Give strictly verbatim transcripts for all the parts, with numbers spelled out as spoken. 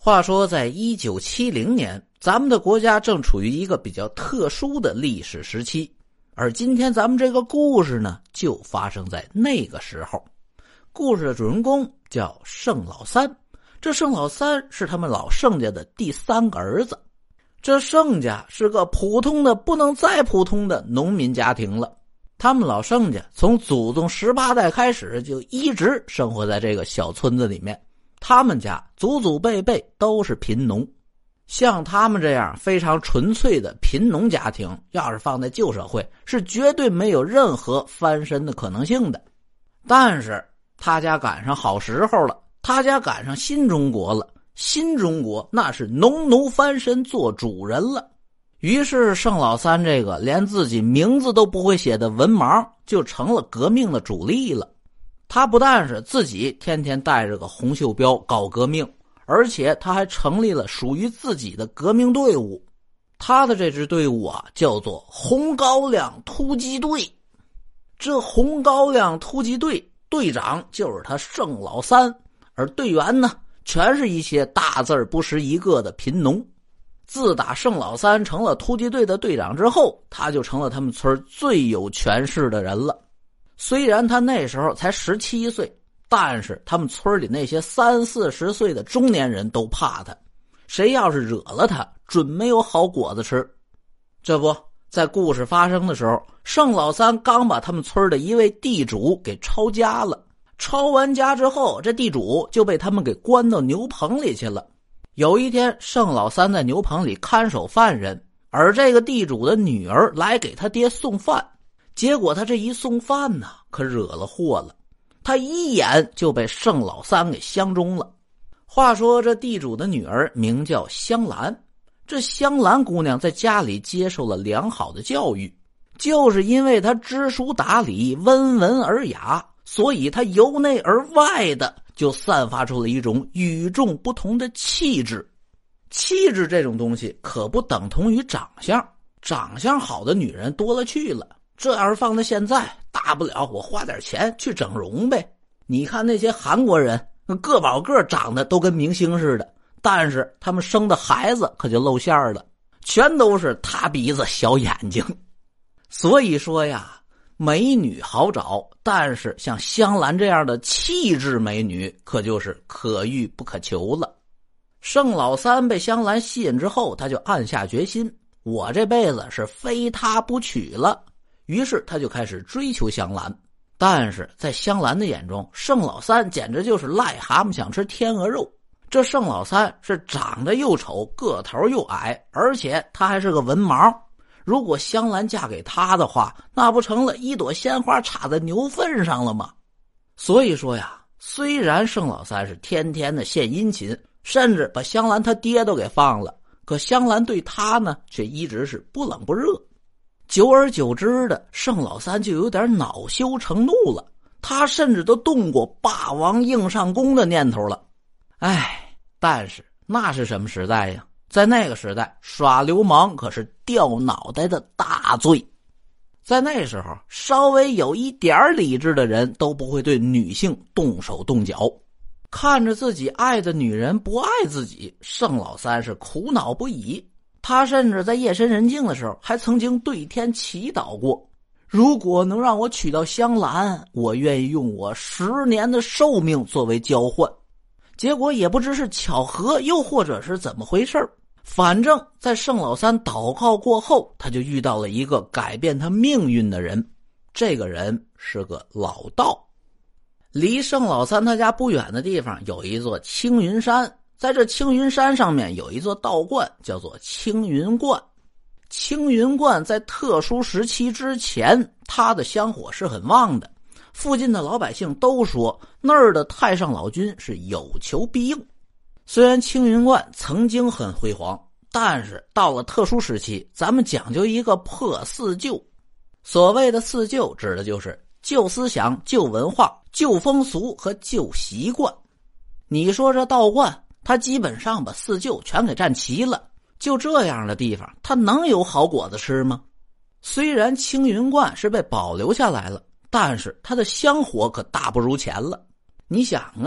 话说在一九七零年，咱们的国家正处于一个比较特殊的历史时期，而今天咱们这个故事呢，就发生在那个时候。故事的主人公叫盛老三，这盛老三是他们老盛家的第三个儿子。这盛家是个普通的不能再普通的农民家庭了，他们老盛家从祖宗十八代开始就一直生活在这个小村子里面，他们家祖祖辈辈都是贫农。像他们这样非常纯粹的贫农家庭，要是放在旧社会是绝对没有任何翻身的可能性的。但是他家赶上好时候了，他家赶上新中国了，新中国那是农奴翻身做主人了。于是盛老三这个连自己名字都不会写的文盲就成了革命的主力了。他不但是自己天天带着个红袖标搞革命，而且他还成立了属于自己的革命队伍。他的这支队伍啊，叫做红高粱突击队。这红高粱突击队队长就是他盛老三，而队员呢，全是一些大字不识一个的贫农。自打盛老三成了突击队的队长之后，他就成了他们村最有权势的人了。虽然他那时候才十七岁，但是他们村里那些三四十岁的中年人都怕他，谁要是惹了他，准没有好果子吃。这不，在故事发生的时候，盛老三刚把他们村的一位地主给抄家了。抄完家之后，这地主就被他们给关到牛棚里去了。有一天，盛老三在牛棚里看守犯人，而这个地主的女儿来给他爹送饭。结果他这一送饭呢，可惹了祸了。他一眼就被盛老三给相中了。话说这地主的女儿名叫香兰，这香兰姑娘在家里接受了良好的教育，就是因为她知书达理，温文尔雅，所以她由内而外的就散发出了一种与众不同的气质。气质这种东西可不等同于长相，长相好的女人多了去了，这要是放在现在，大不了我花点钱去整容呗。你看那些韩国人个保个长得都跟明星似的，但是他们生的孩子可就露馅了，全都是大鼻子小眼睛。所以说呀，美女好找，但是像香兰这样的气质美女可就是可遇不可求了。盛老三被香兰吸引之后，他就暗下决心，我这辈子是非她不娶了。于是他就开始追求香兰。但是在香兰的眼中，盛老三简直就是癞蛤蟆想吃天鹅肉。这盛老三是长得又丑，个头又矮，而且他还是个文盲。如果香兰嫁给他的话，那不成了一朵鲜花插在牛粪上了吗？所以说呀，虽然盛老三是天天的献殷勤，甚至把香兰他爹都给放了，可香兰对他呢，却一直是不冷不热。久而久之的，盛老三就有点恼羞成怒了，他甚至都动过霸王硬上弓的念头了。唉，但是那是什么时代呀？在那个时代，耍流氓可是掉脑袋的大罪。在那时候，稍微有一点理智的人都不会对女性动手动脚。看着自己爱的女人不爱自己，盛老三是苦恼不已。他甚至在夜深人静的时候还曾经对天祈祷过，如果能让我娶到香兰，我愿意用我十年的寿命作为交换。结果也不知是巧合又或者是怎么回事，反正在盛老三祷告过后，他就遇到了一个改变他命运的人。这个人是个老道。离盛老三他家不远的地方有一座青云山，在这青云山上面有一座道观，叫做青云观。青云观在特殊时期之前，它的香火是很旺的，附近的老百姓都说那儿的太上老君是有求必应。虽然青云观曾经很辉煌，但是到了特殊时期，咱们讲究一个破四旧。所谓的四旧指的就是旧思想、旧文化、旧风俗和旧习惯。你说这道观，他基本上把四旧全给占齐了，就这样的地方，他能有好果子吃吗？虽然青云观是被保留下来了，但是它的香火可大不如前了。你想啊，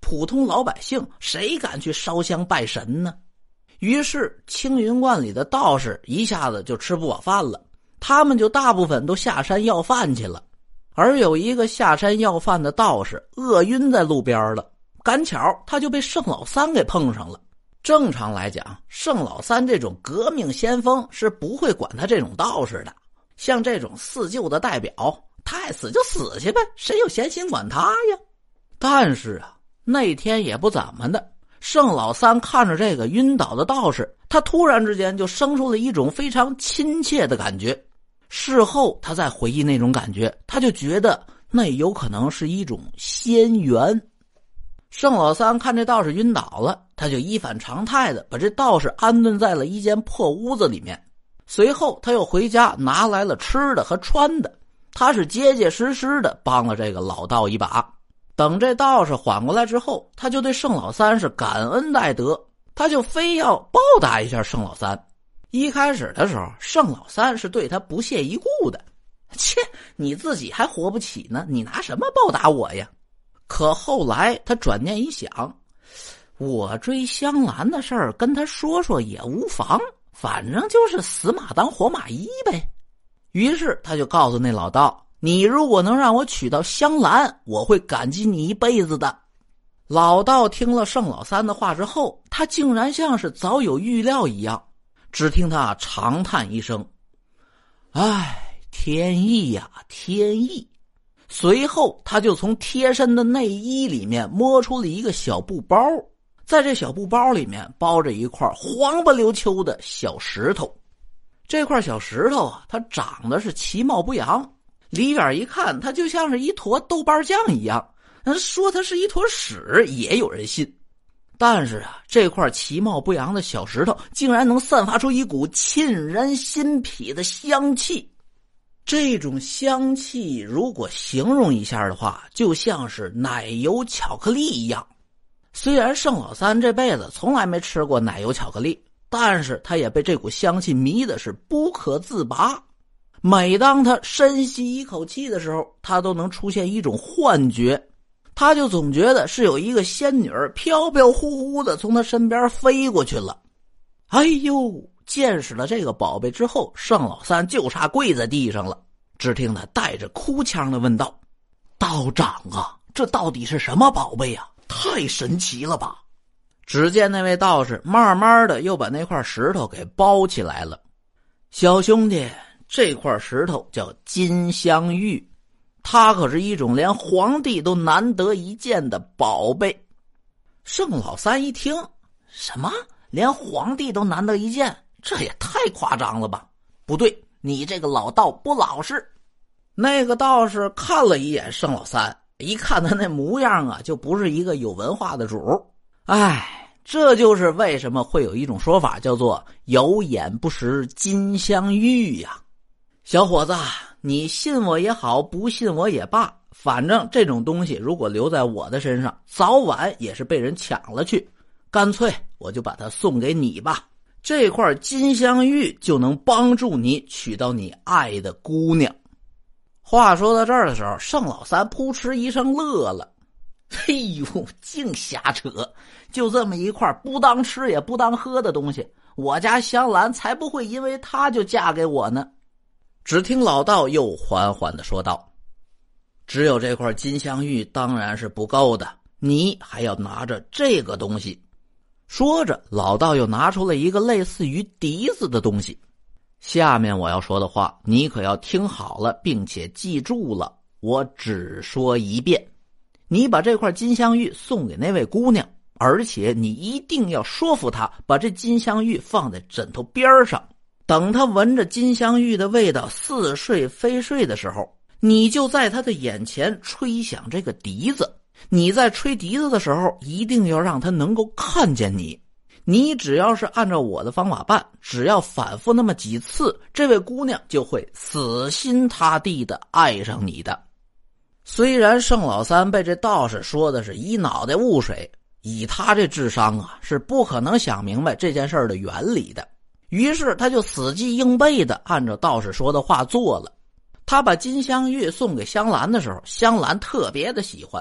普通老百姓谁敢去烧香拜神呢？于是青云观里的道士一下子就吃不饱饭了，他们就大部分都下山要饭去了。而有一个下山要饭的道士饿晕在路边了，赶巧他就被圣老三给碰上了。正常来讲，圣老三这种革命先锋是不会管他这种道士的，像这种四旧的代表，他爱死就死去呗，谁有闲心管他呀？但是啊，那天也不怎么的，圣老三看着这个晕倒的道士，他突然之间就生出了一种非常亲切的感觉。事后他再回忆那种感觉，他就觉得那有可能是一种仙缘。圣老三看这道士晕倒了，他就一反常态的把这道士安顿在了一间破屋子里面。随后他又回家拿来了吃的和穿的，他是结结实实的帮了这个老道一把。等这道士缓过来之后，他就对圣老三是感恩戴德，他就非要报答一下圣老三。一开始的时候，圣老三是对他不屑一顾的，切，你自己还活不起呢，你拿什么报答我呀？可后来他转念一想，我追香兰的事儿跟他说说也无妨，反正就是死马当活马医呗。于是他就告诉那老道，你如果能让我娶到香兰，我会感激你一辈子的。老道听了圣老三的话之后，他竟然像是早有预料一样，只听他长叹一声，唉，天意呀，天意。随后他就从贴身的内衣里面摸出了一个小布包，在这小布包里面包着一块黄不溜秋的小石头。这块小石头啊，它长得是其貌不扬，离远一看它就像是一坨豆瓣酱一样，说它是一坨屎也有人信。但是啊，这块其貌不扬的小石头竟然能散发出一股沁人心脾的香气。这种香气如果形容一下的话，就像是奶油巧克力一样。虽然圣老三这辈子从来没吃过奶油巧克力，但是他也被这股香气迷的是不可自拔。每当他深吸一口气的时候，他都能出现一种幻觉，他就总觉得是有一个仙女飘飘忽忽的从他身边飞过去了。哎呦，见识了这个宝贝之后，圣老三就差跪在地上了。只听他带着哭腔的问道，道长啊，这到底是什么宝贝啊？太神奇了吧。只见那位道士慢慢的又把那块石头给包起来了。小兄弟，这块石头叫金镶玉，它可是一种连皇帝都难得一见的宝贝。圣老三一听，什么？连皇帝都难得一见？这也太夸张了吧。不对，你这个老道不老实。那个道士看了一眼圣老三，一看他那模样啊，就不是一个有文化的主。哎，这就是为什么会有一种说法叫做有眼不识金镶玉呀。小伙子，你信我也好，不信我也罢，反正这种东西如果留在我的身上，早晚也是被人抢了去，干脆我就把它送给你吧。这块金镶玉就能帮助你娶到你爱的姑娘。话说到这儿的时候，圣老三扑哧一声乐了。嘿呦，净瞎扯，就这么一块不当吃也不当喝的东西，我家香兰才不会因为它就嫁给我呢。只听老道又缓缓地说道，只有这块金镶玉当然是不够的，你还要拿着这个东西。说着，老道又拿出了一个类似于笛子的东西。下面我要说的话，你可要听好了，并且记住了，我只说一遍。你把这块金镶玉送给那位姑娘，而且你一定要说服她把这金镶玉放在枕头边上。等她闻着金镶玉的味道似睡非睡的时候，你就在她的眼前吹响这个笛子。你在吹笛子的时候，一定要让她能够看见你。你只要是按照我的方法办，只要反复那么几次，这位姑娘就会死心塌地的爱上你的。虽然圣老三被这道士说的是一脑袋雾水，以他这智商啊，是不可能想明白这件事儿的原理的。于是他就死记硬背的按照道士说的话做了。他把金镶玉送给香兰的时候，香兰特别的喜欢，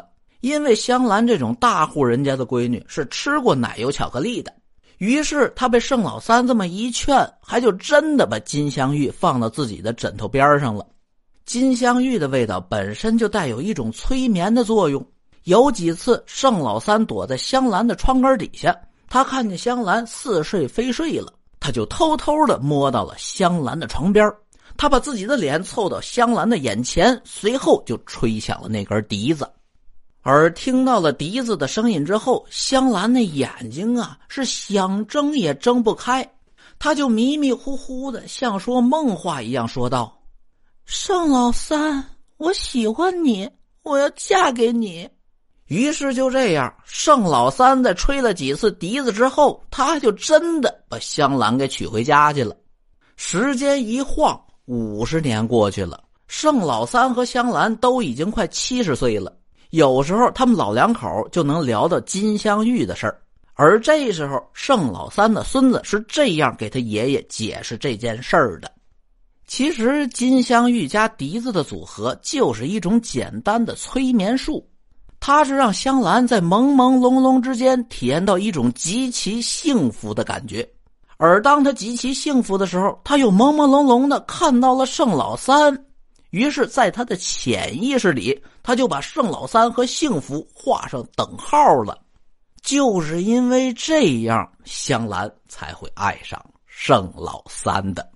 因为香兰这种大户人家的闺女是吃过奶油巧克力的，于是她被盛老三这么一劝，还就真的把金镶玉放到自己的枕头边上了。金镶玉的味道本身就带有一种催眠的作用，有几次盛老三躲在香兰的窗根底下，他看见香兰似睡非睡了，他就偷偷的摸到了香兰的床边，他把自己的脸凑到香兰的眼前，随后就吹响了那根笛子。而听到了笛子的声音之后，香兰那眼睛啊是想睁也睁不开，他就迷迷糊糊的像说梦话一样说道：盛老三，我喜欢你，我要嫁给你。于是就这样，盛老三在吹了几次笛子之后，他就真的把香兰给娶回家去了。时间一晃，五十年过去了，盛老三和香兰都已经快七十岁了。有时候他们老两口就能聊到金镶玉的事儿，而这时候盛老三的孙子是这样给他爷爷解释这件事儿的：其实金镶玉加笛子的组合就是一种简单的催眠术，它是让香兰在朦朦胧胧之间体验到一种极其幸福的感觉，而当他极其幸福的时候，他又朦朦胧胧的看到了盛老三，于是在他的潜意识里，他就把盛老三和幸福画上等号了。就是因为这样，香兰才会爱上盛老三的。